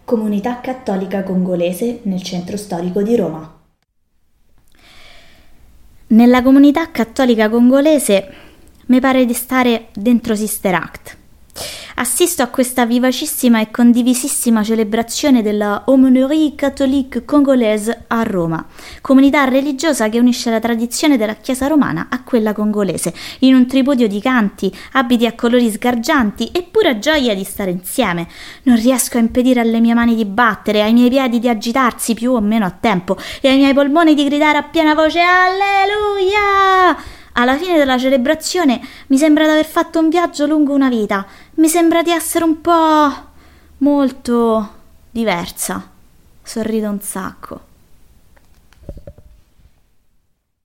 Comunità cattolica congolese nel centro storico di Roma. Nella comunità cattolica congolese mi pare di stare dentro Sister Act. Assisto a questa vivacissima e condivisissima celebrazione della Aumônerie catholique congolaise a Roma, comunità religiosa che unisce la tradizione della Chiesa romana a quella congolese, in un tripudio di canti, abiti a colori sgargianti e pura gioia di stare insieme. Non riesco a impedire alle mie mani di battere, ai miei piedi di agitarsi più o meno a tempo e ai miei polmoni di gridare a piena voce Alleluia! Alla fine della celebrazione mi sembra di aver fatto un viaggio lungo una vita. Mi sembra di essere un po' molto diversa. Sorrido un sacco.